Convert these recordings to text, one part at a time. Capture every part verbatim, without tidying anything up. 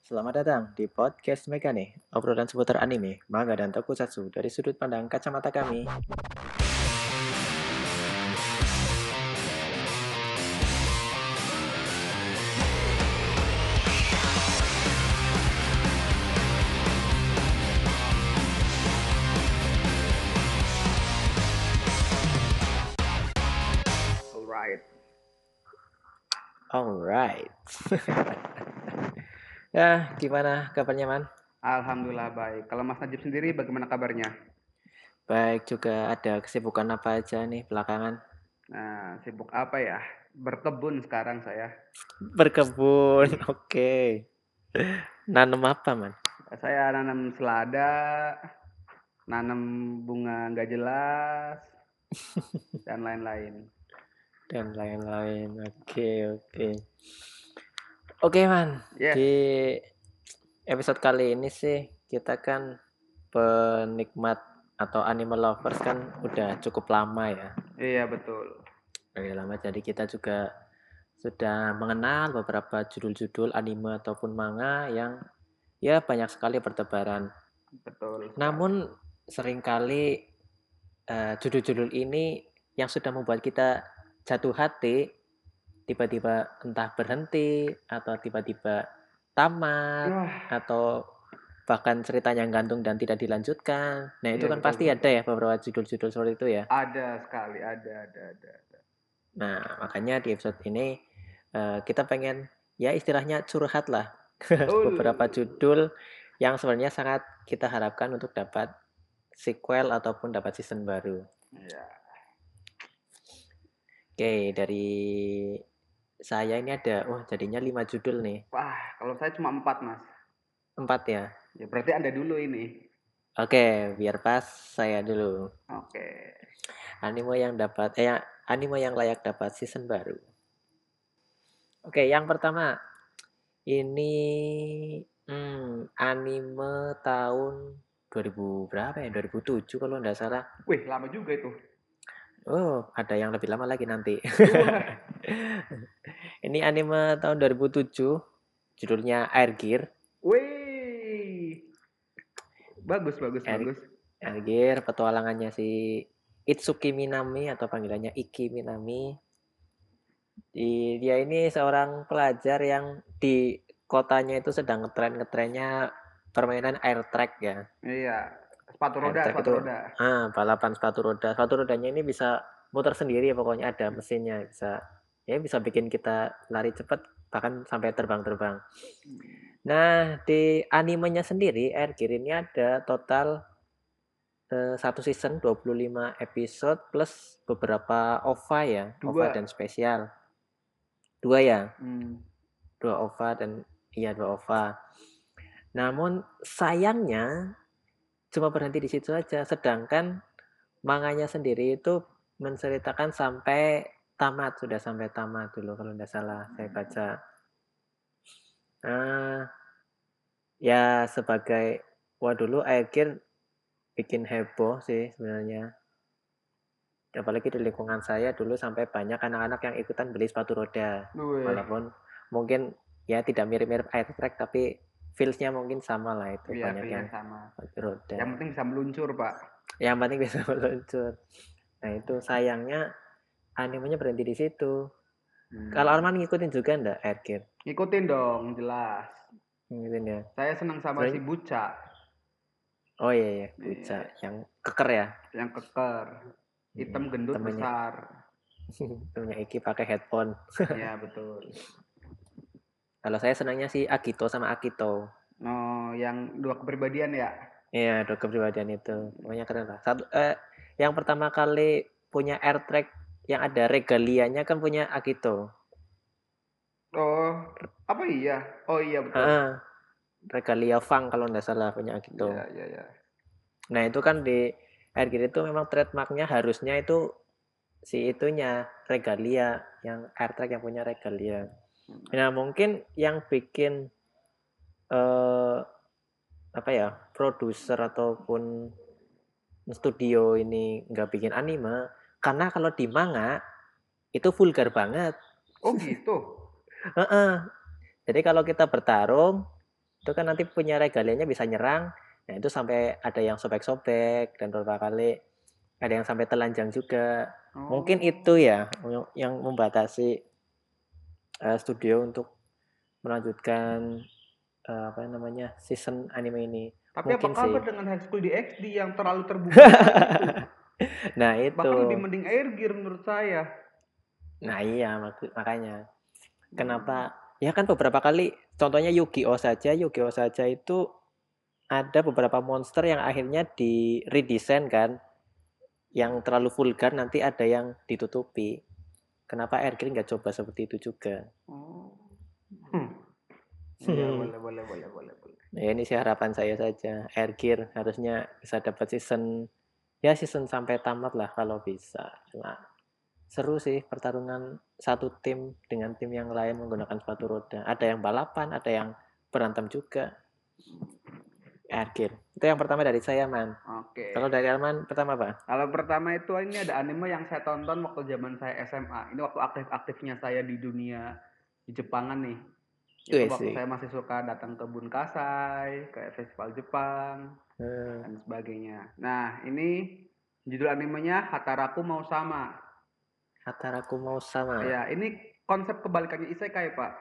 Selamat datang di podcast Megane, obrolan seputar anime, manga, dan tokusatsu dari sudut pandang kacamata kami. Alright. Alright. Ya, gimana kabarnya, Man? Alhamdulillah baik. Kalau Mas Najib sendiri bagaimana kabarnya? Baik juga, ada kesibukan apa aja nih belakangan? Nah, sibuk apa ya? Berkebun sekarang saya. Berkebun, oke. Nanam apa, Man? Saya nanam selada, nanam bunga nggak jelas, dan lain-lain. Dan lain-lain, oke, oke. Oke, Man. Yes, Di episode kali ini sih, kita kan penikmat atau anime lovers kan udah cukup lama ya. iya betul. Udah lama jadi kita juga sudah mengenal beberapa judul-judul anime ataupun manga yang ya banyak sekali bertebaran. Betul sekali. Namun seringkali eh, judul-judul ini yang sudah membuat kita jatuh hati tiba-tiba entah berhenti atau tiba-tiba tamat Wah, atau bahkan ceritanya gantung dan tidak dilanjutkan. Nah, itu iya kan betul pasti ada betul. ya beberapa judul-judul seperti itu ya. Ada sekali, ada, ada, ada, ada. Nah, makanya di episode ini uh, kita pengen ya istilahnya curhat lah beberapa Betul. judul yang sebenarnya sangat kita harapkan untuk dapat sequel ataupun dapat season baru. Ya. Oke, dari saya ini ada, wah jadinya lima judul nih. Wah, kalau saya cuma empat mas. Empat ya. Ya berarti Anda dulu ini. Oke, biar pas saya dulu. Oke. Anime yang dapat, eh anime yang layak dapat season baru. Oke, yang pertama ini hmm, anime tahun dua ribu berapa ya? dua ribu tujuh kalau nggak salah. Wih, lama juga itu. Oh, ada yang lebih lama lagi nanti. Wah, Ini anime tahun dua ribu tujuh, judulnya Air Gear. wih, bagus, bagus, Air, bagus. Air Gear, petualangannya si Itsuki Minami atau panggilannya Iki Minami. Di, dia ini seorang pelajar yang di kotanya itu sedang ngetren-ngetrennya permainan air track ya. Iya, sepatu Air roda, track sepatu itu roda. ah, balapan sepatu roda. Sepatu rodanya ini bisa muter sendiri pokoknya ada mesinnya bisa ya bisa bikin kita lari cepat bahkan sampai terbang-terbang. Nah, di animenya sendiri Air Gear ini ada total eh, satu season dua puluh lima episode plus beberapa O V A ya, O V A Dua. dan spesial. Dua ya, Hmm. dua O V A dan iya dua O V A. Namun sayangnya cuma berhenti di situ aja. Sedangkan manganya sendiri itu menceritakan sampai tamat, sudah sampai tamat dulu kalau tidak salah saya baca. Nah, ya sebagai wah dulu akhir bikin heboh sih sebenarnya. Apalagi di lingkungan saya dulu sampai banyak anak-anak yang ikutan beli sepatu roda. Wih, Walaupun mungkin ya tidak mirip-mirip air track tapi feels-nya mungkin sama lah itu iya banyak feelnya yang sama. sepatu Yang roda. penting bisa meluncur, Pak. Yang penting bisa meluncur. Nah itu sayangnya animenya berhenti di situ. Kalau Hmm. Arman ngikutin juga ndak Airgear? Ngikutin dong, jelas. Ngikutin ya. Saya senang sama si Sebenarnya Buca. oh iya ya, Buca Iya, yang keker ya. yang keker. Hitam Hmm, gendut temennya besar. temennya Iki pakai headphone. Iya, betul. Kalau saya senangnya si Agito sama Akito. No, yang dua kepribadian ya? Iya, dua kepribadian itu. Pokoknya keren lah. Satu, eh, yang pertama kali punya air track yang ada regalianya kan punya Akito. Oh, apa iya? Oh iya betul. Ah, regalia Fang kalau nggak salah punya Akito. Iya, iya, iya. Nah itu kan di air Gear itu memang trademarknya harusnya itu si itunya regalia yang air track yang punya regalia. Nah mungkin yang bikin eh, apa ya produser ataupun studio ini nggak bikin anime karena kalau di manga itu vulgar banget. Oh gitu. Heeh. Jadi kalau kita bertarung itu kan nanti punya regalianya bisa nyerang. Nah, itu sampai ada yang sobek-sobek dan beberapa kali ada yang sampai telanjang juga. Mungkin Oh. itu ya yang membatasi uh, studio untuk melanjutkan uh, apa namanya season anime ini. Tapi apa Mungkin kabar sih. dengan High School D X D yang terlalu terbuka sekali itu? Nah itu. Bahkan lebih mending Air Gear menurut saya. Nah iya mak- makanya. Hmm. Kenapa? Ya kan beberapa kali, contohnya Yu-Gi-Oh saja, Yu-Gi-Oh saja itu ada beberapa monster yang akhirnya di redesign kan, yang terlalu vulgar nanti ada yang ditutupi. Kenapa Air Gear nggak coba seperti itu juga? Oh. Hmm. Iya boleh boleh boleh boleh boleh. Ya ini sih harapan saya saja. Air Gear harusnya bisa dapat season, ya season sampai tamat lah kalau bisa. Cuma seru sih pertarungan satu tim dengan tim yang lain menggunakan sepatu roda. Ada yang balapan, ada yang berantem juga. Air Gear. Itu yang pertama dari saya, Man. Kalau Oke. dari Arman, pertama apa? Kalau pertama itu ini ada anime yang saya tonton waktu zaman saya S M A. Ini waktu aktif-aktifnya saya di dunia di Jepangan nih. Itu Wih waktu sih. saya masih suka datang ke Bunkasai, ke festival Jepang, Hmm. dan sebagainya. Nah, ini judul animenya Hataraku Mau Sama. Hataraku mau sama. Ya, ini konsep kebalikannya isekai, Pak.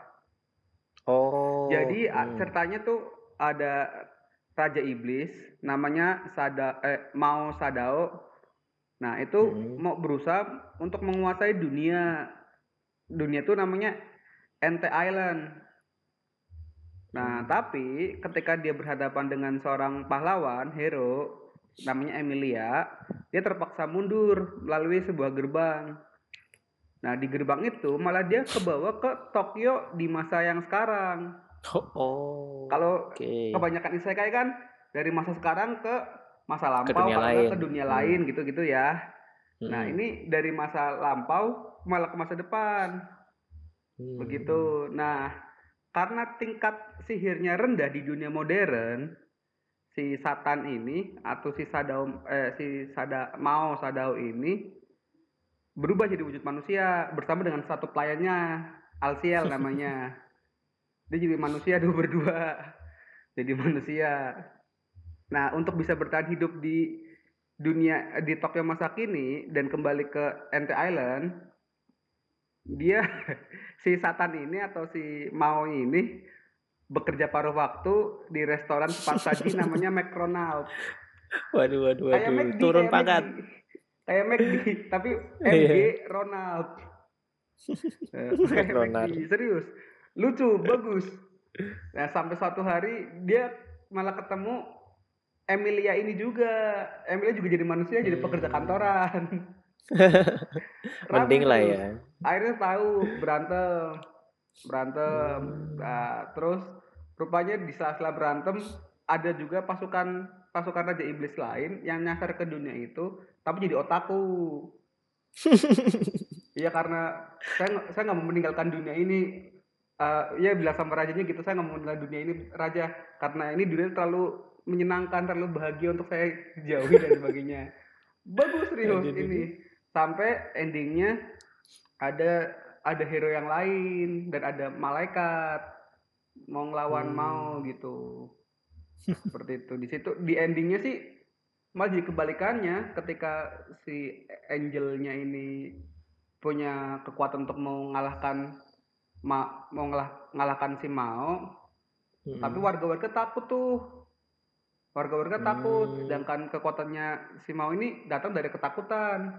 Oh. Jadi Hmm. ceritanya tuh ada raja iblis namanya Sada eh, Mao Sadao. Nah, itu Hmm. mau berusaha untuk menguasai dunia. Dunia itu namanya Ente Island. Nah, Hmm. tapi ketika dia berhadapan dengan seorang pahlawan, hero, namanya Emilia, dia terpaksa mundur melalui sebuah gerbang. Nah, di gerbang itu malah dia kebawa ke Tokyo di masa yang sekarang. Oh. oh. Kalau Oke. kebanyakan isekai kan dari masa sekarang ke masa Ke lampau, dunia kalau nggak lain. ke dunia Hmm. lain gitu-gitu ya. Nah, Hmm. ini dari masa lampau malah ke masa depan. Hmm. Begitu. Nah, karena tingkat sihirnya rendah di dunia modern, si Satan ini atau si Sadao eh, si Sada Mao Sadao ini berubah jadi wujud manusia bersama dengan satu pelayannya, Alsiel namanya. Dia jadi manusia dua berdua. Jadi manusia. Nah, untuk bisa bertahan hidup di dunia di Tokyo masa kini dan kembali ke Ente Island, dia si Satan ini atau si Mao ini bekerja paruh waktu di restoran cepat saji namanya McDonald. Waduh, waduh, Kayak waduh. McD, Turun kayak McD. pangkat. Kayak McD, tapi M G Iya. Ronald. Eh, kayak McD, McDonald. serius. Lucu, bagus. Nah, sampai suatu hari dia malah ketemu Emilia ini juga. Emilia juga jadi manusia, jadi pekerja Hmm. kantoran. Mending Rame lah terus. ya. Akhirnya tahu berantem, berantem. Hmm. Nah, terus rupanya di sela-sela berantem ada juga pasukan pasukan Raja Iblis lain yang nyasar ke dunia itu, tapi jadi otaku. Iya karena saya saya nggak mau meninggalkan dunia ini. Uh, ya bilang sama rajanya gitu, saya nggak mau meninggalkan dunia ini raja karena ini dunia terlalu menyenangkan, terlalu bahagia untuk saya jauhi dan sebagainya. Bagus serius Aduh, aduh, aduh. ini sampai endingnya ada ada hero yang lain dan ada malaikat mau ngelawan mau Hmm. gitu. Seperti itu. Di situ di endingnya sih malah jadi kebalikannya ketika si angelnya ini punya kekuatan untuk mau mengalahkan ma, mau ngalah, ngalahkan si Mao, tapi Hmm. warga-warga takut tuh. Warga-warga takut, Hmm. sedangkan kekuatannya si Mao ini datang dari ketakutan.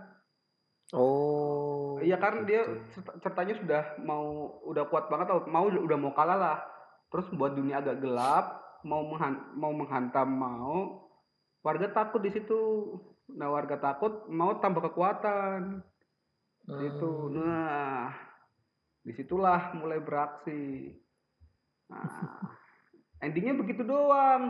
Oh, Iya kan dia gitu. ceritanya sudah mau udah kuat banget atau mau udah mau kalah lah. Terus buat dunia agak gelap, mau menghan, mau menghantam mau warga takut di situ. Nah, warga takut mau tambah kekuatan. Itu. Hmm. Nah, disitulah mulai beraksi. Nah, endingnya begitu doang.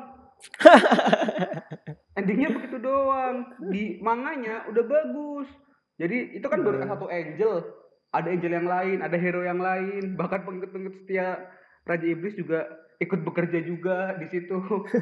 Endingnya begitu doang. Di manganya udah bagus. Jadi itu kan baru Hmm. satu angel. Ada angel yang lain, ada hero yang lain, bahkan pengikut-pengikut setia Raja Iblis juga ikut bekerja juga di situ.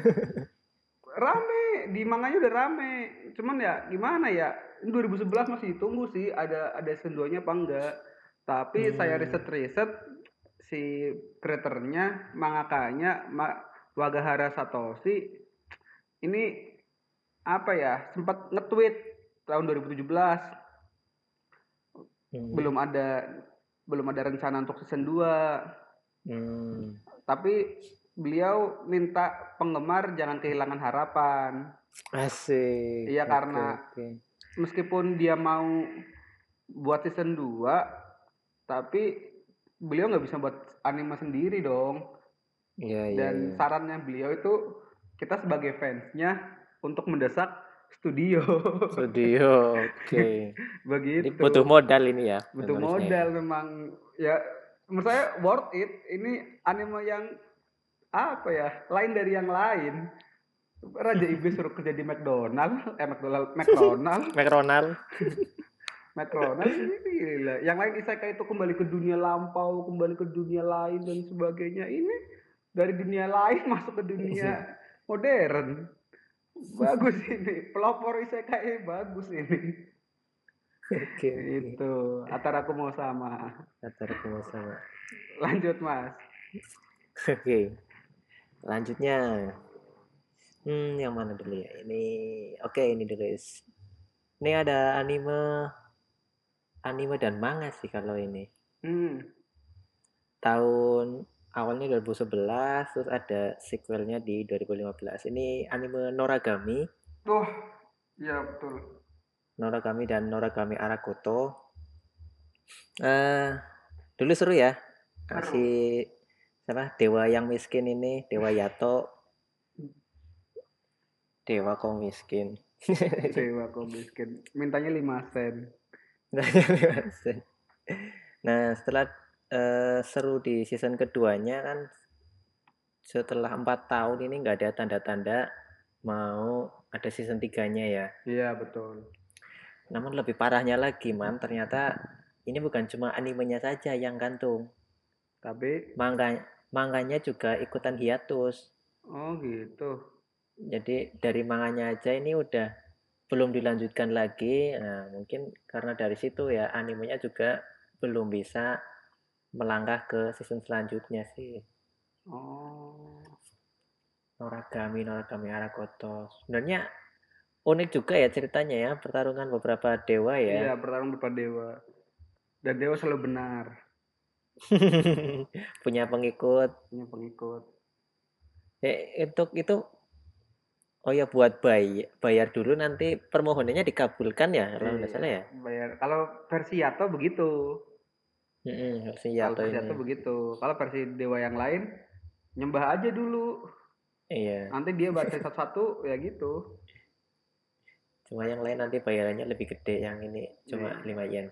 Rame, di manganya udah rame. Cuman ya gimana ya? Ini dua ribu sebelas masih tunggu sih ada ada season dua-nya apa enggak. Tapi saya Hmm. riset-riset si kreatornya, mangakanya ma- Wagahara Satoshi ini apa ya, sempat nge-tweet tahun dua ribu tujuh belas Hmm. belum ada belum ada rencana untuk season dua. Hmm. Tapi beliau minta penggemar jangan kehilangan harapan. Asik. Iya, Oke, karena oke. meskipun dia mau buat season dua, tapi beliau nggak bisa buat anime sendiri dong. Iya, iya, Dan iya. sarannya beliau itu kita sebagai fansnya untuk mendesak studio. Studio, oke. Jadi Begitu. butuh modal ini ya Butuh penulisnya ya. modal memang ya, menurut saya worth it. Ini anime yang apa ya, lain dari yang lain. Raja Iblis suruh kerja di McDonald, eh McDonald, McDonald, McDonald. McDonald ini gila. Yang lain isekai itu kembali ke dunia lampau, kembali ke dunia lain dan sebagainya. Ini dari dunia lain masuk ke dunia modern. Bagus ini, pelopor isekai bagus ini. Oke, oke. Itu Atara aku mau sama. Kata sama. Lanjut Mas. Oke. Lanjutnya. Hmm, yang mana dulu ya? Ini oke, ini dulu. Is. Ini ada anime anime dan manga sih kalau ini. Hmm. Tahun awalnya dua ribu sebelas, terus ada sequelnya di dua ribu lima belas. Ini anime Noragami. Oh, iya betul. Noragami dan Noragami Arakoto. Eh, dulu seru ya. Seru. Si siapa? Dewa yang miskin ini, Dewa Yato. Dewa kok miskin. Dewa kok miskin. Mintanya lima sen. Nah, setelah eh, seru di season keduanya kan, setelah empat tahun ini nggak ada tanda-tanda mau ada season tiganya ya. Iya betul. Namun lebih parahnya lagi, man, ternyata ini bukan cuma animenya saja yang gantung. Tapi, Manga, manganya juga ikutan hiatus. oh gitu. Jadi dari manganya aja ini udah belum dilanjutkan lagi. Nah, mungkin karena dari situ ya animenya juga belum bisa melangkah ke season selanjutnya sih. Oh. Noragami, Noragami Arakoto. Sebenarnya unik juga ya ceritanya ya, pertarungan beberapa dewa ya. Iya, bertarung depan dewa. Dan dewa selalu benar. Punya pengikut. Punya pengikut. Eh, untuk itu, oh ya buat bayar, bayar dulu nanti permohonannya dikabulkan ya, kalau nggak salah ya. Iya, bayar. Kalau versi Yato begitu. Mm-mm, versi Kalau Yato versi ini. Yato begitu. Kalau versi dewa yang lain, nyembah aja dulu. Iya. Nanti dia baca satu-satu, ya gitu. Cuma yang lain nanti bayarannya lebih gede, yang ini cuma Iya. lima yen.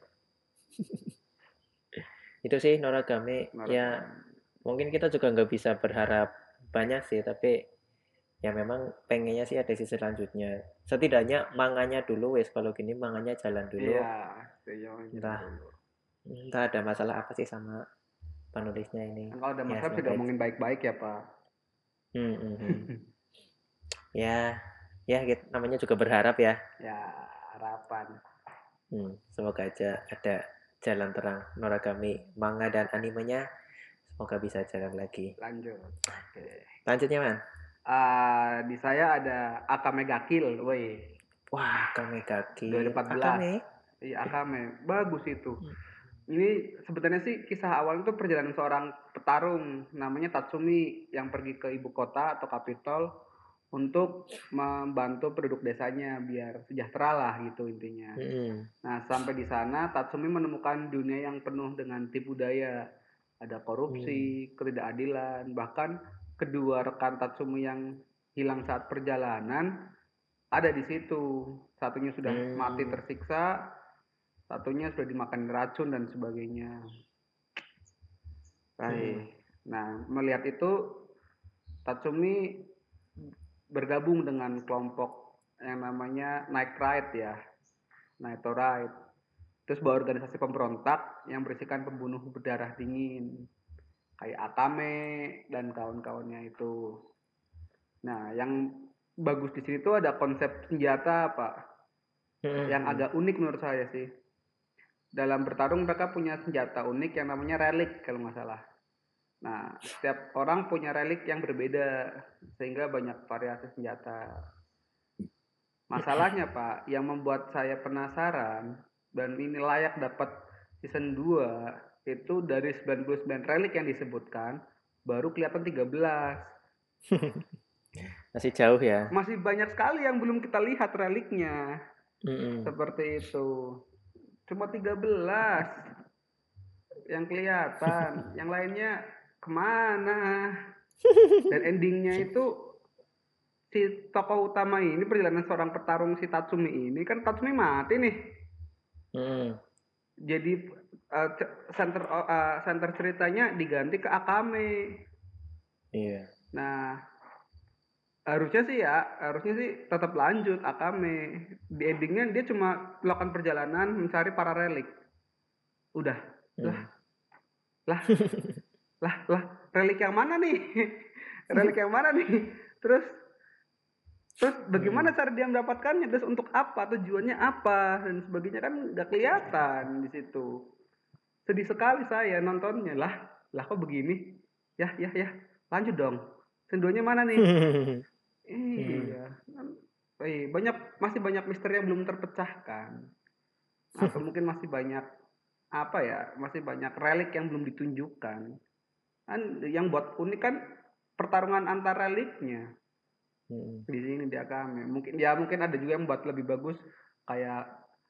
Itu sih Noragami ya, Noragami. mungkin kita juga nggak bisa berharap banyak sih, tapi ya memang pengennya sih ada sisi selanjutnya. Setidaknya manganya dulu wes, kalau gini manganya jalan dulu. Iya, setuju Entah dulu. entah ada masalah apa sih sama penulisnya ini. Kan kalau ada Ya masalah bisa semoga aja. diomongin baik-baik ya Pak. Hmm, hmm, hmm. Ya, ya gitu, namanya juga berharap ya. Ya, harapan. Hmm, semoga aja ada jalan terang Noragami manga dan animenya, semoga bisa jalan lagi. Lanjut. Oke. Lanjutnya man. Uh, di saya ada Akame ga Kill, woi. Wah, Akame ga Kill. dua ribu empat belas. Akame. Iya, Akame. Bagus itu. Ini sebenarnya sih kisah awal itu perjalanan seorang petarung namanya Tatsumi yang pergi ke ibu kota atau kapitol untuk membantu penduduk desanya biar sejahtera lah gitu intinya. Hmm. Nah, sampai di sana Tatsumi menemukan dunia yang penuh dengan tipu daya. Ada korupsi, hmm. ketidakadilan, bahkan kedua rekan Tatsumi yang hilang saat perjalanan ada di situ. Satunya sudah hmm. mati tersiksa, satunya sudah dimakan racun dan sebagainya. Baik. Hmm. Nah, melihat itu Tatsumi bergabung dengan kelompok yang namanya Night Ride ya. Night Ride. Terus sebuah organisasi pemberontak yang berisikan pembunuh berdarah dingin. Kayak Akame dan kawan-kawannya itu. Nah, yang bagus di sini tuh ada konsep senjata, Pak. Hmm. Yang agak unik menurut saya sih. Dalam bertarung mereka punya senjata unik yang namanya relik kalau nggak salah. Nah, setiap orang punya relik yang berbeda sehingga banyak variasi senjata. Masalahnya, Pak, yang membuat saya penasaran dan ini layak dapat season dua itu dari sembilan puluh sembilan relik yang disebutkan baru kelihatan tiga belas. Masih jauh ya. Masih banyak sekali yang belum kita lihat reliknya. Mm-mm. Seperti itu. Cuma tiga belas yang kelihatan. Yang lainnya kemana? Dan endingnya itu si tokoh utama ini, perjalanan seorang petarung si Tatsumi ini, kan Tatsumi mati nih. Mm-mm. Jadi uh, center uh, center ceritanya diganti ke Akame. Iya. Nah, harusnya sih ya, harusnya sih tetap lanjut Akame. Di endingnya dia cuma melakukan perjalanan mencari para relik. Udah. Lah, Mm. lah, lah, lah, relik yang mana nih? Relik yang mana nih? Terus terus bagaimana Mm-mm. cara dia mendapatkannya? Terus untuk apa? Tujuannya apa? Dan sebagainya kan nggak kelihatan di situ. Sedih sekali saya nontonnya. Lah, lah kok begini? Ya, ya, ya. Lanjut dong. Sendonya mana nih? Mm. Iya. Eh, banyak masih banyak misteri yang belum terpecahkan. Atau mungkin masih banyak apa ya? Masih banyak relik yang belum ditunjukkan. Kan yang buat unik kan pertarungan antar reliknya Mm. di sini di Akame. Mungkin ya mungkin ada juga yang buat lebih bagus kayak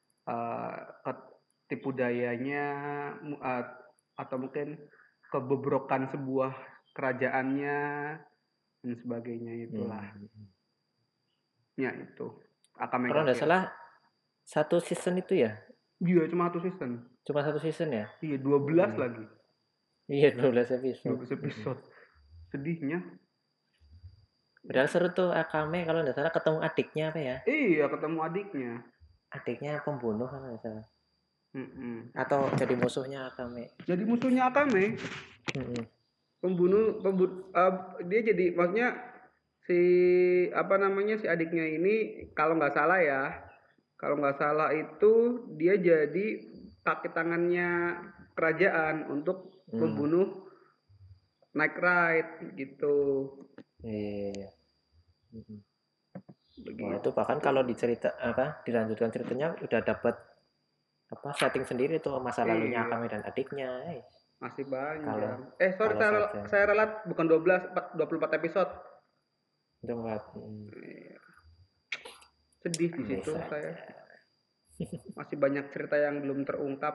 uh, tipu dayanya uh, atau mungkin kebobrokan sebuah kerajaannya dan sebagainya itulah. Mm. Ya itu. Akame Kalau ga nggak Kill. salah satu season itu ya, Iya, cuma satu season. cuma satu season ya. Iya, dua Oh belas iya. lagi. Iya, dua belas dua episode. belas Mm-mm. episode. Sedihnya. Padahal seru tuh Akame kalau nggak salah ketemu adiknya apa ya? Iya, ketemu adiknya. Adiknya pembunuh kalau nggak salah. Mm-mm. Atau jadi musuhnya Akame. Jadi musuhnya Akame. Mm-mm. Pembunuh, pembunuh uh, dia jadi maksudnya si apa namanya si adiknya ini kalau nggak salah ya, kalau nggak salah itu dia jadi kaki tangannya kerajaan untuk Mm. membunuh Night Ride gitu. Iya. Mm-mm. Wah itu bahkan Begitu. kalau dicerita apa dilanjutkan ceritanya udah dapat apa setting sendiri tuh masa lalunya Iya, Akame dan adiknya. Eh, masih kalau panjang. Eh, sorry kalau saya saja saya relat bukan dua belas, dua puluh empat episode. itu nggak mm, Iya. Sedih di andai situ saya. saja. Masih banyak cerita yang belum terungkap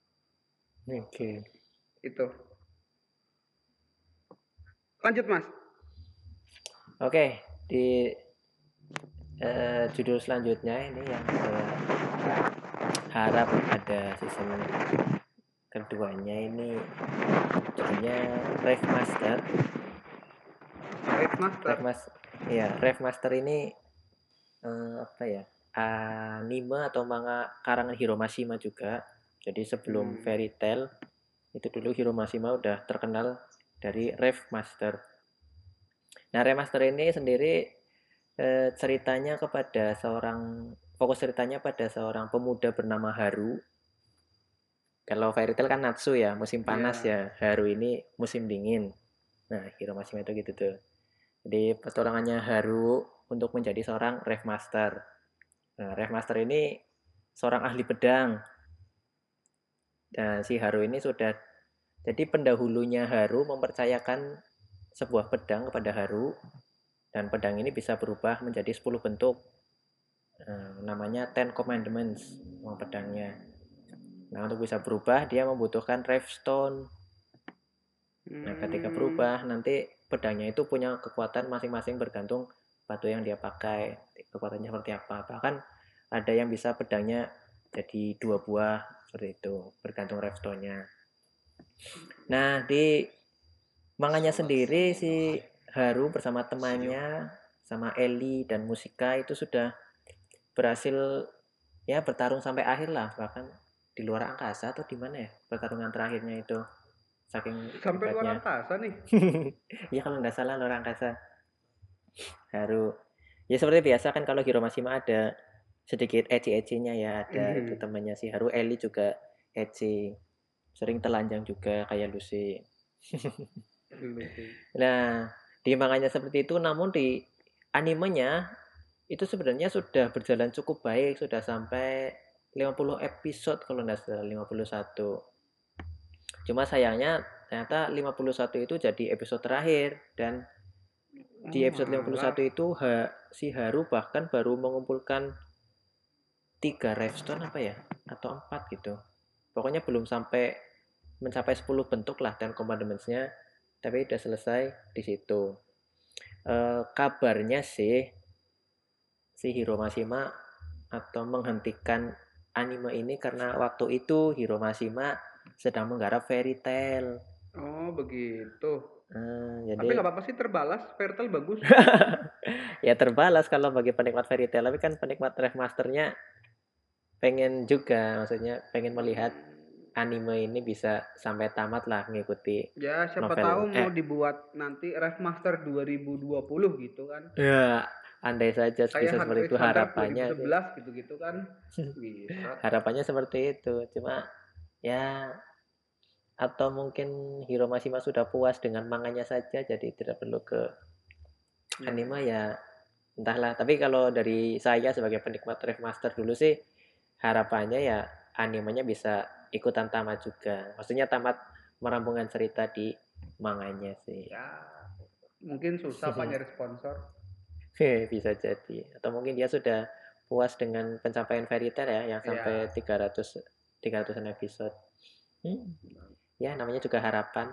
Oke. itu. Lanjut, Mas. Oke, di eh, judul selanjutnya ini yang saya harap ada season keduanya ini judulnya Rave Master. Rave Master. Rave Mas, ya Rave Master ini eh, apa ya? Anime atau manga karangan Hiromashima juga. Jadi sebelum Hmm. Fairy Tail itu dulu Hiromashima udah terkenal dari Rave Master. Nah, Rave Master ini sendiri eh, ceritanya kepada seorang fokus ceritanya pada seorang pemuda bernama Haru. Kalau Fairy Tail kan Natsu ya, musim panas Iya. ya. Haru ini musim dingin. Nah, Hiromashima itu gitu tuh. Jadi petualangannya Haru untuk menjadi seorang Rave Master. Nah, Rave Master ini seorang ahli pedang. Dan si Haru ini sudah jadi pendahulunya Haru mempercayakan sebuah pedang kepada Haru dan pedang ini bisa berubah menjadi sepuluh bentuk. Nah, namanya Ten Commandments nama pedangnya. Nah, untuk bisa berubah dia membutuhkan Rave Stone. Nah, ketika Hmm. berubah nanti pedangnya itu punya kekuatan masing-masing bergantung batu yang dia pakai. Kekuatannya seperti apa. Bahkan ada yang bisa pedangnya jadi dua buah seperti itu, bergantung Rave Stone-nya. Nah, di manganya sendiri si Haru bersama temannya sama Eli dan Musika itu sudah berhasil ya bertarung sampai akhir lah, bahkan di luar angkasa atau di mana ya pertarungan terakhirnya itu saking Sampai luar hebatnya. angkasa nih. Ya kalau nggak salah luar angkasa Haru. Ya seperti biasa kan kalau Hiromashima ada sedikit ecchi-ecchinya ya, ada itu Hmm. temannya si Haru, Eli juga ecchi. Sering telanjang juga kayak Lucy. dulu sih. Nah, di manganya seperti itu, namun di animenya itu sebenarnya sudah berjalan cukup baik, sudah sampai lima puluh episode kalau nggak salah, lima puluh satu. Cuma sayangnya ternyata lima puluh satu itu jadi episode terakhir dan di Oh, episode lima puluh satu malah. itu ha, si Haru bahkan baru mengumpulkan tiga revestone apa ya atau empat gitu. Pokoknya belum sampai mencapai sepuluh bentuk lah dan commandments-nya, tapi udah selesai di situ. Eh, kabarnya sih si Hiro Mashima atau menghentikan anime ini karena waktu itu Hiro Mashima sedang menggarap Fairy Tail. Oh, begitu. Hmm, Tapi jadi nggak apa-apa sih, terbalas. Fairytale bagus. ya terbalas kalau bagi penikmat Fairy Tail, tapi kan penikmat Masternya pengen juga, maksudnya pengen melihat Hmm. anime ini bisa sampai tamat lah mengikuti Ya, siapa tahu novel mau eh dibuat nanti Remaster dua ribu dua puluh gitu kan. ya andai saja Kayak bisa seperti Hunter itu x Hunter harapannya sih. dua ribu sebelas gitu-gitu kan. Bisa. Harapannya seperti itu. Cuma ya atau mungkin Hiro Mashima sudah puas dengan manganya saja jadi tidak perlu ke Ya, anime ya entahlah. Tapi kalau dari saya sebagai penikmat Master dulu sih harapannya ya animenya bisa ikutan tamat juga. Maksudnya tamat merampungkan cerita di manganya sih. ya mungkin susah Pak nyari sponsor. Bisa jadi. Atau mungkin dia sudah puas dengan pencapaian Fairy Tail ya yang sampai Ya, tiga ratus tiga ratusan episode. Hmm, ya namanya juga harapan.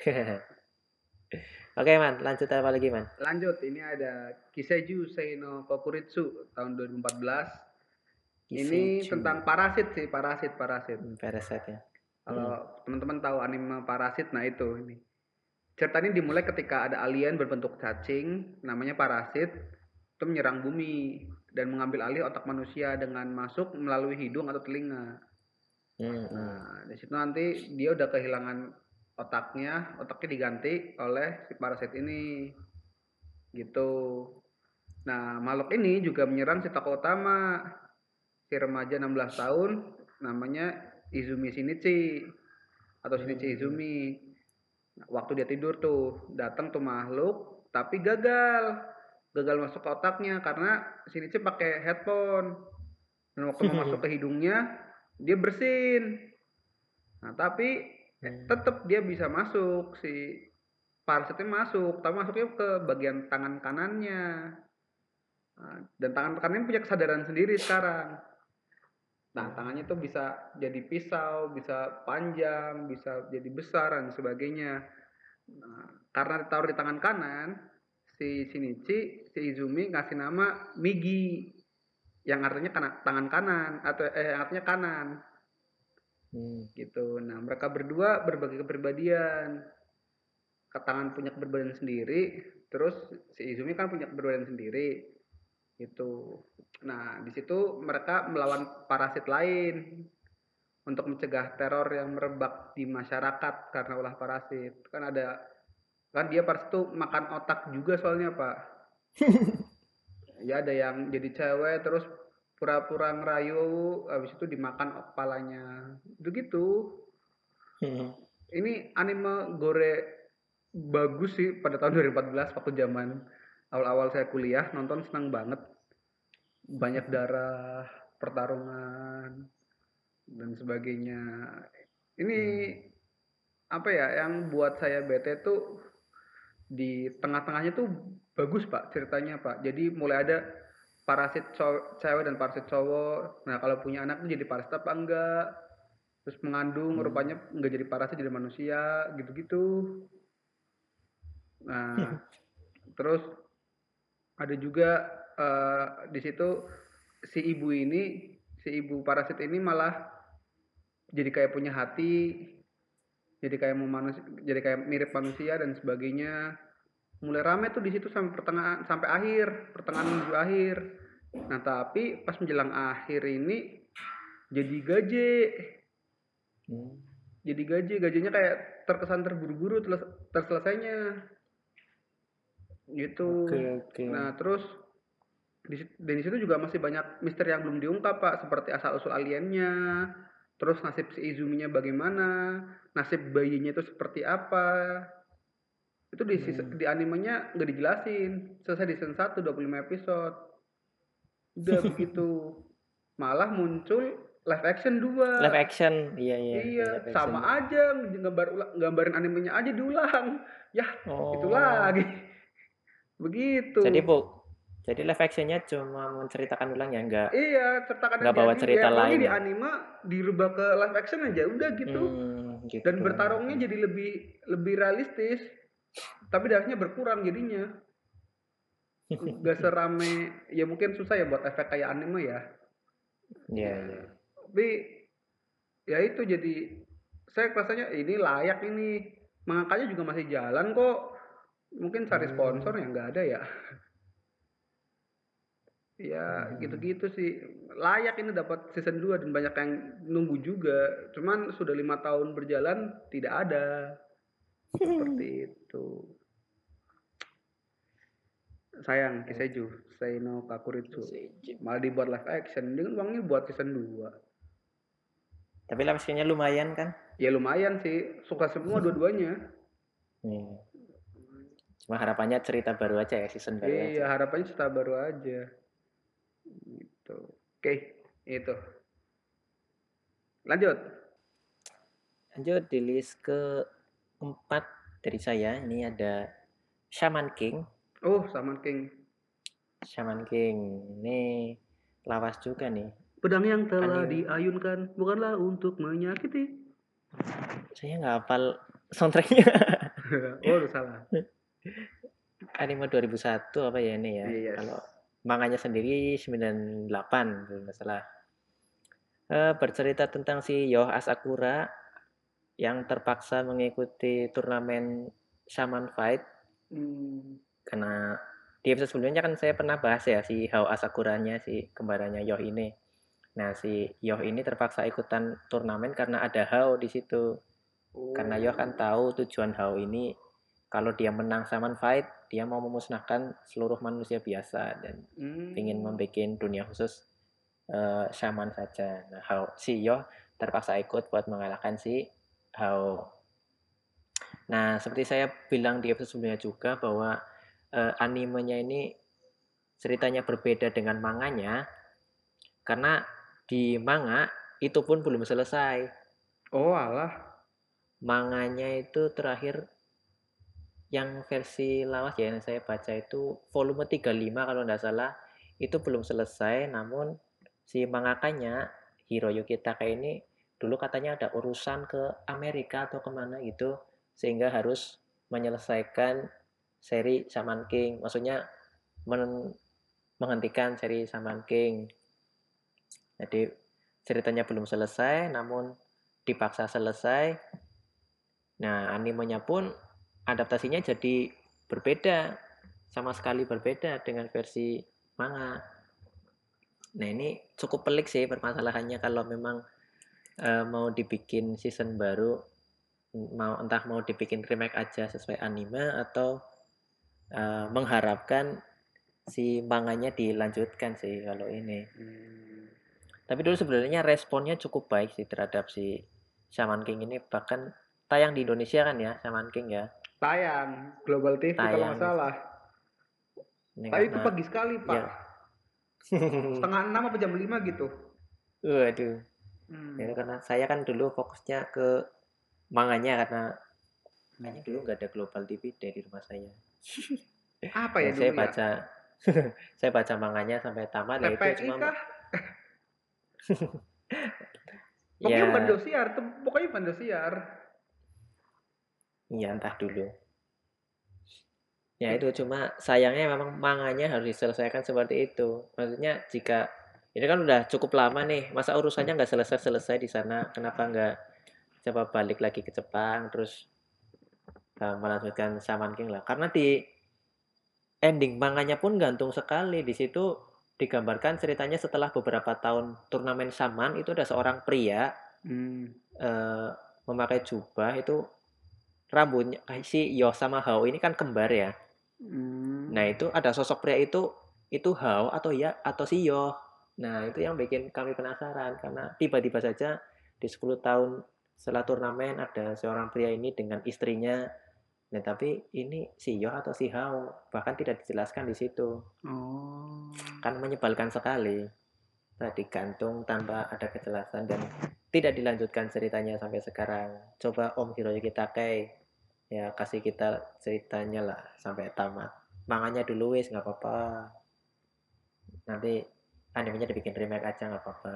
Oke man, lanjut apa lagi man? lanjut. Ini ada Kiseju Seino Kokuritsu tahun dua ribu empat belas. Ini Kiseju. tentang parasit sih, parasit, parasit. Hmm, Parasite ya. Kalau Hmm. teman-teman tahu anime parasit, nah itu ini. Cerita ini dimulai ketika ada alien berbentuk cacing, namanya parasit, itu menyerang bumi dan mengambil alih otak manusia dengan masuk melalui hidung atau telinga. Hmm, hmm. Nah, di situ nanti dia udah kehilangan otaknya, otaknya diganti oleh si parasit ini, gitu. Nah, makhluk ini juga menyerang si tokoh utama, si remaja enam belas tahun, namanya Izumi Shinichi atau Shinichi Hmm. Izumi. Waktu dia tidur tuh datang tuh makhluk tapi gagal gagal masuk ke otaknya karena Shinichi pakai headphone dan waktu mau masuk ke hidungnya dia bersin. Nah tapi eh, Hmm. tetap dia bisa masuk, si parasitnya masuk tapi masuknya ke bagian tangan kanannya. Nah, dan tangan kanannya punya kesadaran sendiri sekarang. Nah tangannya tuh bisa jadi pisau, bisa panjang, bisa jadi besar dan sebagainya. Nah, karena ditaruh di tangan kanan, si Shinichi, si Izumi ngasih nama Migi, yang artinya kana, tangan kanan atau eh artinya kanan, Hmm. gitu. Nah, mereka berdua berbagi kepribadian. Tangan punya kepribadian sendiri, terus si Izumi kan punya kepribadian sendiri, gitu. Nah, di situ mereka melawan parasit lain untuk mencegah teror yang merebak di masyarakat karena ulah parasit. Kan ada kan dia pas itu makan otak juga soalnya Pak. Ya ada yang jadi cewek terus pura-pura ngerayu habis itu dimakan kepalanya begitu. Hmm. Ini anime gore bagus sih pada tahun dua ribu empat belas waktu zaman awal-awal saya kuliah nonton, senang banget, banyak darah, pertarungan dan sebagainya. Ini Hmm. apa ya yang buat saya bete tuh di tengah-tengahnya tuh bagus Pak ceritanya Pak. Jadi mulai ada parasit cewek dan parasit cowok. Nah kalau punya anak tuh jadi parasit apa enggak? Terus mengandung Hmm. rupanya enggak jadi parasit jadi manusia gitu-gitu. Nah terus ada juga uh, di situ si ibu ini, si ibu parasit ini malah jadi kayak punya hati, jadi kayak mau manusia, jadi kayak mirip manusia dan sebagainya. Mulai rame tuh di situ sampai pertengahan sampai akhir pertengahan menuju akhir. Nah tapi pas menjelang akhir ini jadi gaje, Hmm. jadi gaje gajinya kayak terkesan terburu-buru terselesainya gitu. Oke, oke. Nah terus di, di situ juga masih banyak misteri yang belum diungkap Pak, seperti asal usul aliennya, terus nasib si Izuminya bagaimana, nasib bayinya itu seperti apa, Itu di season, Hmm. di animenya nggak dijelasin. Selesai di season satu dua puluh lima episode. Udah begitu. Malah muncul live action Live dua. action, iya iya, di Iya, live sama actionnya. aja gambar ulang, gambarin animenya aja diulang. Yah, itu Oh, lagi. Begitu. jadi bu, jadi live actionnya cuma menceritakan ulang ya, nggak Iya, ceritakan nggak yang di bawa anime. cerita Ya pokoknya lain di ya? anime dirubah ke live action aja udah gitu. Hmm, gitu Dan doang bertarungnya berarti. jadi lebih lebih realistis. Tapi darahnya berkurang jadinya. Gak serame, ya mungkin susah ya buat efek kayak anime ya. Iya Ya, iya. tapi ya itu jadi saya rasanya ini layak ini. Mangakanya juga masih jalan kok. Mungkin cari sponsor Hmm. yang nggak ada ya. Ya Hmm. gitu-gitu sih. Layak ini dapat season dua dan banyak yang nunggu juga. Cuman sudah lima tahun berjalan tidak ada. Seperti itu. Sayang, Kiseju, Sei no Kakuritsu. Malah dibuat live action, dengan uangnya buat season dua. Tapi live actionnya lumayan kan? Ya lumayan sih, suka semua dua-duanya. Hmm. Cuma harapannya cerita baru aja ya, season baru Iya, aja. harapannya cerita baru aja. Gitu. Oke, itu. Lanjut. Lanjut di list keempat dari saya, ini ada Shaman King. Oh, Shaman King. Shaman King ini lawas juga nih. Pedang yang telah Anime. diayunkan bukanlah untuk menyakiti. Saya nggak hafal soundtracknya. Oh, udah salah. Anime dua ribu satu apa ya ini ya? Yes. Kalau manganya sendiri sembilan puluh delapan kalau nggak salah. Eh, bercerita tentang si Yoh Asakura yang terpaksa mengikuti turnamen Shaman Fight Hmm. karena di episode sebelumnya kan saya pernah bahas ya si Hao Asakuranya si kembarannya Yoh ini. Nah si Yoh ini terpaksa ikutan turnamen karena ada Hao di situ. Karena Yoh kan Oh. tahu tujuan Hao ini kalau dia menang Shaman Fight dia mau memusnahkan seluruh manusia biasa dan ingin Hmm. membuat dunia khusus uh, Shaman saja. Nah Hao si Yoh terpaksa ikut buat mengalahkan si Hao. Nah, seperti saya bilang di episode sebelumnya juga bahwa uh, animenya ini ceritanya berbeda dengan manganya karena di manga itu pun belum selesai. Oh, alah. Manganya itu terakhir yang versi lawas ya yang saya baca itu volume tiga puluh lima kalau tidak salah itu belum selesai namun si mangakanya Hiroyuki Taka ini dulu katanya ada urusan ke Amerika atau kemana gitu sehingga harus menyelesaikan seri Shaman King maksudnya men menghentikan seri Shaman King jadi ceritanya belum selesai namun dipaksa selesai. Nah, animenya pun adaptasinya jadi berbeda, sama sekali berbeda dengan versi manga. Nah, ini cukup pelik sih permasalahannya kalau memang uh, mau dibikin season baru, mau entah mau dibikin remake aja sesuai anime atau uh, mengharapkan si manganya dilanjutkan sih kalau ini. Hmm. Tapi dulu sebenarnya responnya cukup baik sih terhadap si Shaman King ini bahkan tayang di Indonesia kan ya Shaman King ya Tayang Global T V kalau nggak tayang salah. ini Tapi itu karena pagi sekali, Pak. ya Setengah enam apa jam lima gitu. waduh ya Hmm. karena saya kan dulu fokusnya ke manganya karena kayaknya dulu nggak ada Global T V dari rumah saya Apa ya ya saya dulu ya? baca saya baca manganya sampai tamat ya itu T P I cuma kah? Pokoknya bukan ya dosiar, tuh pokoknya bukan dosiar. ya entah dulu ya Eh, itu cuma sayangnya memang manganya harus diselesaikan seperti itu maksudnya jika ini kan udah cukup lama nih masa urusannya nggak selesai-selesai di sana kenapa nggak coba balik lagi ke Jepang terus uh, melanjutkan Shaman King lah karena di ending manganya pun gantung sekali di situ digambarkan ceritanya setelah beberapa tahun turnamen Shaman itu ada seorang pria hmm. uh, memakai jubah itu rambutnya si Yo sama Hao ini kan kembar ya. Nah, Hmm. itu ada sosok pria itu itu Hao atau ya atau si Yo. Nah, itu yang bikin kami penasaran karena tiba-tiba saja di sepuluh tahun setelah turnamen ada seorang pria ini dengan istrinya Nah, tapi ini si Yo atau si Hao, bahkan tidak dijelaskan di situ. Oh. Kan menyebalkan sekali. Tadi gantung tanpa ada kejelasan dan tidak dilanjutkan ceritanya sampai sekarang. Coba Om Hiroyuki Takei ya kasih kita ceritanya lah sampai tamat. Manganya dulu wis nggak apa-apa. Nanti animenya dibikin remake aja nggak apa-apa.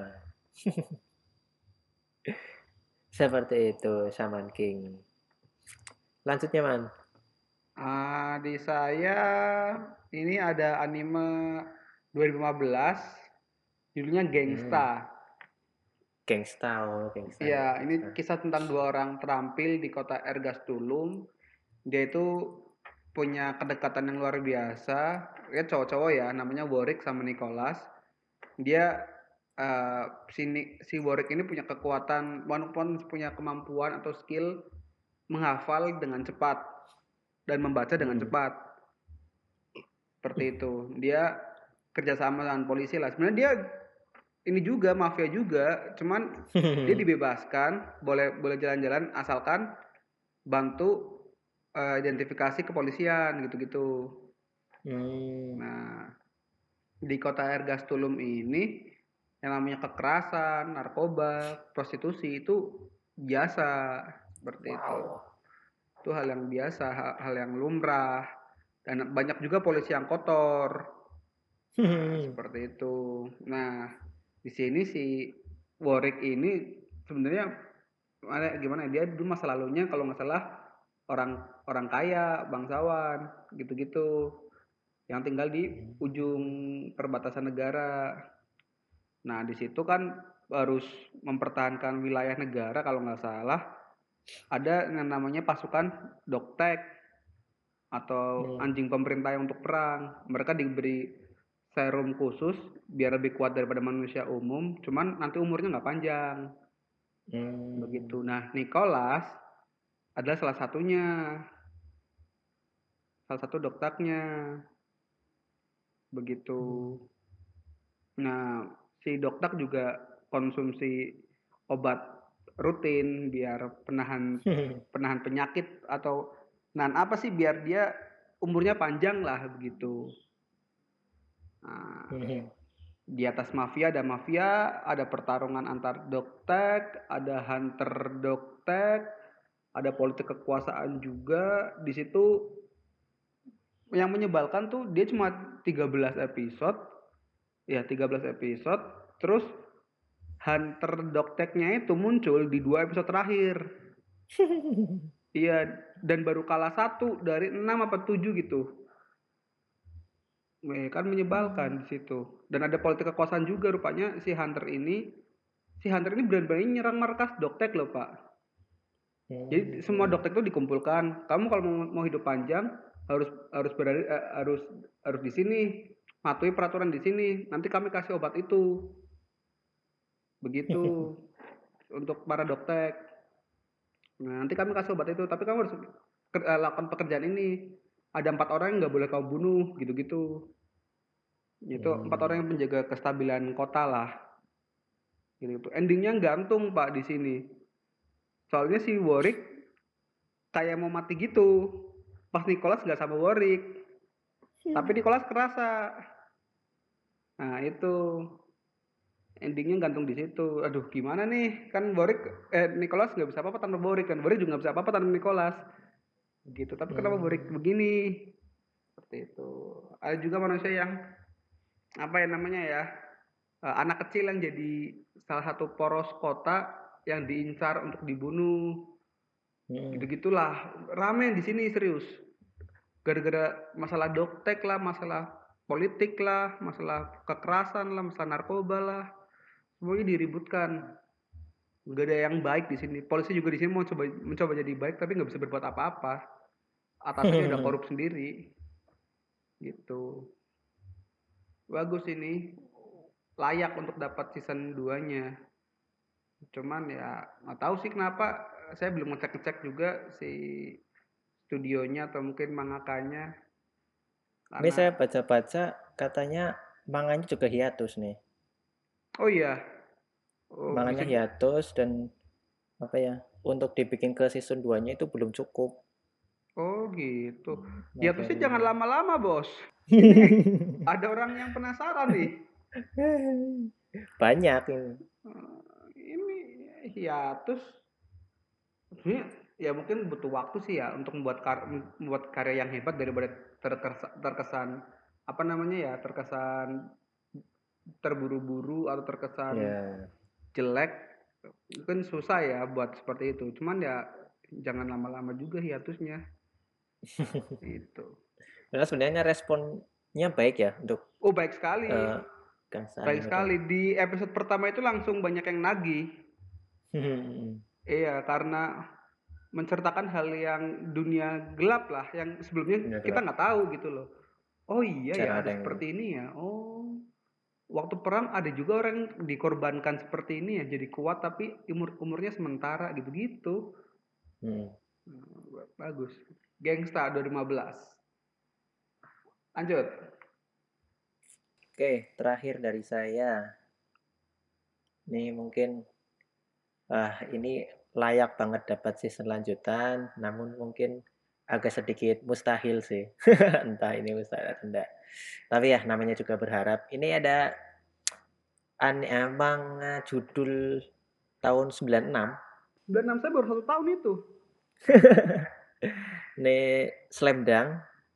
Seperti itu Shaman King. Lanjutnya man. Ah, di saya ini ada anime dua ribu lima belas judulnya Hmm. Gangsta. Gangsta, oh Gangsta ya Iya, Gangsta. ini kisah tentang dua orang terampil di kota Ergastulum. Dia itu punya kedekatan yang luar biasa. Ya cowok-cowok ya, namanya Warwick sama Nicholas. Dia eh, si, Ni- si Warwick ini punya kekuatan, walaupun punya kemampuan atau skill menghafal dengan cepat dan membaca dengan Hmm. cepat. Seperti itu. Dia kerjasama dengan polisi lah. Sebenarnya dia ini juga mafia juga, cuman dia dibebaskan, boleh boleh jalan-jalan asalkan bantu eh, identifikasi kepolisian gitu-gitu. Hmm. Nah, di kota Ergastulum ini yang namanya kekerasan, narkoba, prostitusi itu biasa seperti itu. Wow. Itu hal yang biasa, hal, hal yang lumrah dan banyak juga polisi yang kotor. Nah, seperti itu. Nah, di sini si Warwick ini sebenarnya ada gimana ya, dia dulu masa lalunya kalau nggak salah orang orang kaya, bangsawan, gitu-gitu yang tinggal di ujung perbatasan negara. Nah, di situ kan harus mempertahankan wilayah negara kalau nggak salah ada yang namanya pasukan Doktek atau Hmm. anjing pemerintah yang untuk perang. Mereka diberi serum khusus biar lebih kuat daripada manusia umum, cuman nanti umurnya nggak panjang. Hmm. Begitu. Nah, Nicholas adalah salah satunya, salah satu dokternya. Begitu. Nah, si dokter juga konsumsi obat rutin biar penahan penahan penyakit atau nah apa sih biar dia umurnya panjang lah begitu. Nah, Hmm. di atas mafia ada mafia, ada pertarungan antar doktek, ada hunter doktek, ada politik kekuasaan juga. Di situ yang menyebalkan tuh dia cuma tiga belas episode, ya tiga belas episode, terus hunter dokteknya itu muncul di dua episode terakhir. Iya, dan baru kalah satu dari enam apa tujuh gitu. Eh, kan menyebalkan di situ. Dan ada politik kekuasaan juga rupanya si hunter ini si hunter ini berani-berani nyerang markas doktek loh pak. Jadi semua Hmm. dokter itu dikumpulkan. Kamu kalau mau, mau hidup panjang harus harus berada eh, harus harus di sini. Patuhi peraturan di sini. Nanti kami kasih obat itu. Begitu untuk para dokter. Nah, nanti kami kasih obat itu. Tapi kamu harus ker- eh, lakukan pekerjaan ini. Ada empat orang yang nggak boleh kamu bunuh, gitu-gitu. Itu empat orang Hmm. yang menjaga kestabilan kota lah. Gitu. Endingnya gantung pak di sini. Soalnya si Warwick kayak mau mati gitu. Pas Nicholas nggak sama Warwick. Tapi Nicholas kerasa. Nah itu endingnya gantung di situ. Aduh gimana nih? Kan Warwick, eh Nicholas nggak bisa apa-apa tanpa Warwick kan. Warwick juga nggak bisa apa-apa tanpa Nicholas. Gitu. Tapi kenapa Warwick Hmm. begini? Seperti itu. Ada juga manusia yang apa ya namanya ya? eh, anak kecil yang jadi salah satu poros kota yang diincar untuk dibunuh. Hmm. Gitu-gitulah. Rame di sini serius. Gara-gara masalah doktek lah, masalah politik lah, masalah kekerasan lah, masalah narkoba lah, semuanya diributkan. Gak ada yang baik di sini. Polisi juga di sini mau coba mencoba jadi baik, tapi nggak bisa berbuat apa-apa. Atasannya udah korup sendiri, gitu. Bagus ini, layak untuk dapat season dua-nya. Cuman ya nggak tahu sih kenapa. Saya belum ngecek-ngecek juga si studionya atau mungkin mangakanya Ini karena saya baca-baca katanya manganya juga hiatus nih. oh iya, oh Manganya bisa hiatus dan apa ya? Untuk dibikin ke season dua-nya itu belum cukup. Oh gitu. Hiatusnya jangan materinya. lama-lama, Bos. Ini ada orang yang penasaran nih. Banyak ini. Eh, ini hiatus sebenarnya ya mungkin butuh waktu sih ya untuk membuat kar- membuat karya yang hebat daripada terkesan, terkesan apa namanya ya terkesan terburu-buru atau terkesan Ya. jelek. Kan susah ya buat seperti itu. Cuman ya jangan lama-lama juga hiatusnya. Itu. Karena sebenarnya responnya baik ya untuk Oh baik sekali. uh, Gangsa Baik anime sekali. dan Di episode pertama itu langsung banyak yang nagih. Iya, karena menceritakan hal yang dunia gelap lah, yang sebelumnya dunia kita gelap nggak tahu gitu loh. Oh iya ya, jarang ada ada yang seperti ini ya. Oh, waktu perang ada juga orang yang dikorbankan seperti ini ya, jadi kuat tapi umur umurnya sementara gitu-gitu. hmm. Hmm, bagus. Gangsta dua ribu lima belas. Lanjut. Oke, terakhir dari saya nih mungkin ah ini layak banget dapat season lanjutan, namun mungkin agak sedikit mustahil sih. Entah ini mustahil atau enggak. Tapi ya namanya juga berharap. Ini ada an emang eh, judul tahun sembilan enam. sembilan enam saya baru satu tahun itu. Ini Slam Dunk.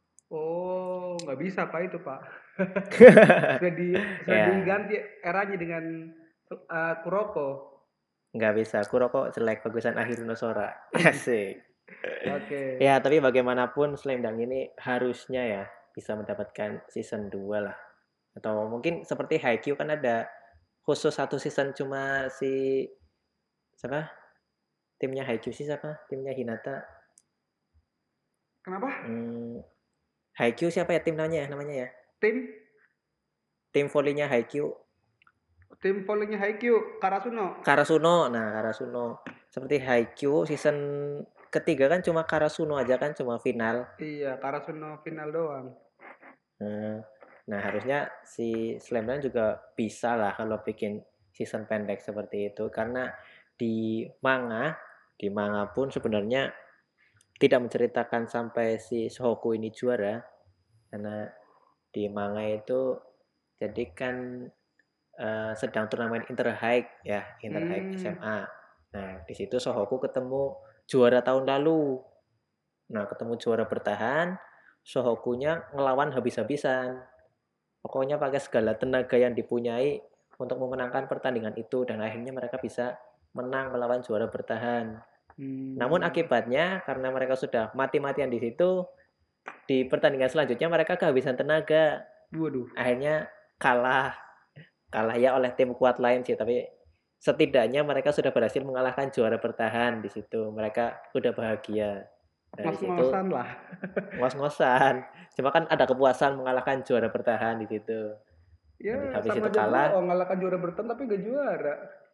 Oh, nggak bisa Pak itu Pak. Sudah di sudah Ya, diganti eranya dengan uh, Kuroko. nggak bisa. Kuroko jelek bagusan Akhiruna Sora. Asik. Oke. Ya, tapi bagaimanapun Slam Dunk ini harusnya ya bisa mendapatkan season dua lah. Atau mungkin seperti Haikyuu kan ada khusus satu season cuma si siapa? Timnya Haikyuu sih siapa? Timnya Hinata. Kenapa? Hmm, Haikyuu siapa ya tim namanya ya? Namanya ya? Tim Tim volleynya Haikyuu. tim volleynya Haikyuu, Karasuno. Karasuno. Nah, Karasuno. Seperti Haikyuu season ketiga kan cuma Karasuno aja kan cuma final. Iya, Karasuno final doang. Nah, nah harusnya si Slamdunk juga bisa lah kalau bikin season pendek seperti itu karena di manga di manga pun sebenarnya tidak menceritakan sampai si Shohoku ini juara karena di manga itu jadi kan eh, sedang turnamen Interhigh ya Interhigh Hmm. S M A. Nah di situ Shohoku ketemu juara tahun lalu. Nah ketemu juara bertahan, Shohokunya ngelawan habis-habisan. Pokoknya pakai segala tenaga yang dipunyai untuk memenangkan pertandingan itu dan akhirnya mereka bisa menang melawan juara bertahan. Namun Hmm. akibatnya karena mereka sudah mati-matian di situ, di pertandingan selanjutnya mereka kehabisan tenaga. Waduh. Akhirnya kalah, kalah ya oleh tim kuat lain sih, tapi setidaknya mereka sudah berhasil mengalahkan juara bertahan di situ. Mereka udah bahagia. Dari situ Ngos-ngosan lah. ngos-ngosan. Cuma kan ada kepuasan mengalahkan juara bertahan di situ. Ya, Jadi habis sama itu aja kalah, bohong, ngalahkan juara bertahan tapi gak juara.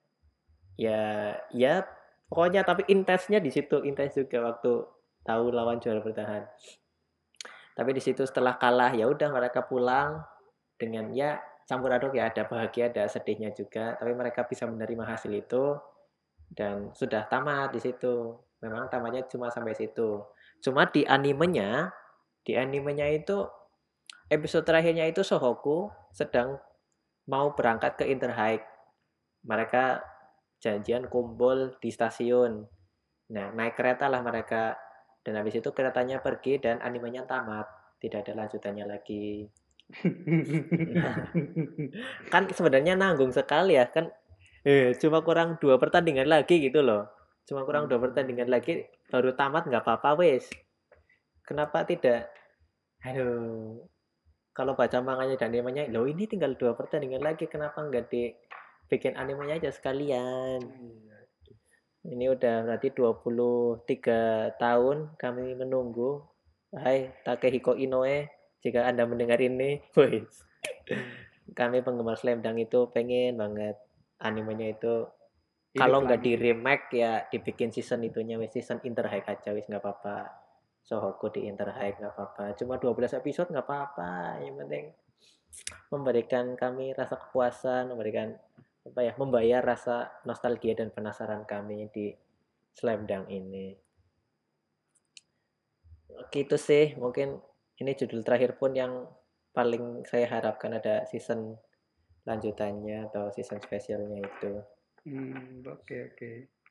ya ya pokoknya tapi intensnya di situ, intens juga waktu tahu lawan juara bertahan. Tapi di situ setelah kalah ya udah mereka pulang dengan ya campur aduk ya ada bahagia ada sedihnya juga, tapi mereka bisa menerima hasil itu dan sudah tamat di situ. Memang tamatnya cuma sampai situ. Cuma di animenya, di animenya itu episode terakhirnya itu Sohoku sedang mau berangkat ke Interhigh. Mereka janjian kumpul di stasiun. Nah, naik kereta lah mereka. Dan habis itu keretanya pergi dan animenya tamat. Tidak ada lanjutannya lagi. Kan sebenarnya nanggung sekali ya. Kan eh, cuma kurang dua pertandingan lagi gitu loh. Cuma kurang dua pertandingan lagi baru tamat nggak apa-apa wes. Kenapa tidak? Aduh, kalau baca manganya dan animenya, loh ini tinggal dua pertandingan lagi. Kenapa nggak dibikin animenya aja sekalian? Ini udah berarti dua puluh tiga tahun kami menunggu. Hai Takehiko Inoue, jika Anda mendengar ini, woi, kami penggemar Slam Dunk itu pengen banget animenya itu kalau Hidup nggak di lagi. remake ya dibikin season itunya wis season Interhigh aja wis nggak apa-apa. Sohoku di Interhigh nggak apa-apa. Cuma dua belas episode nggak apa-apa. Yang penting memberikan kami rasa kepuasan, memberikan apa ya, membayar rasa nostalgia dan penasaran kami di Slam Dunk ini. gitu sih, mungkin ini judul terakhir pun yang paling saya harapkan ada season lanjutannya atau season spesialnya itu. Hmm, oke oke.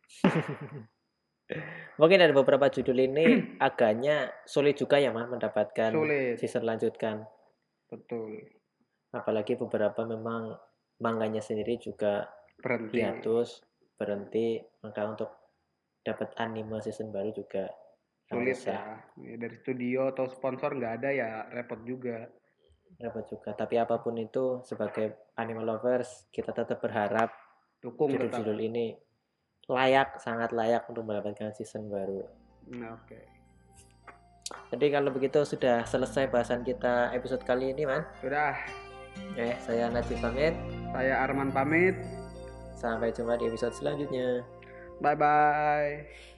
Mungkin ada beberapa judul ini agaknya sulit juga ya Mas mendapatkan Sulit, season lanjutan. betul. Apalagi beberapa memang manganya sendiri juga Berhenti. hiatus, berhenti, maka untuk dapat anime season baru juga yang Sulit susah. lah. Ya, dari studio atau sponsor nggak ada ya repot juga. Repot juga. Tapi apapun itu sebagai anime lovers kita tetap berharap Dukung tetap. judul-judul ini layak, sangat layak untuk mendapatkan season baru. Nah, oke. Jadi kalau begitu sudah selesai bahasan kita episode kali ini, Man. Sudah. Eh, saya Najib pamit. Saya Arman pamit. Sampai jumpa di episode selanjutnya. Bye bye.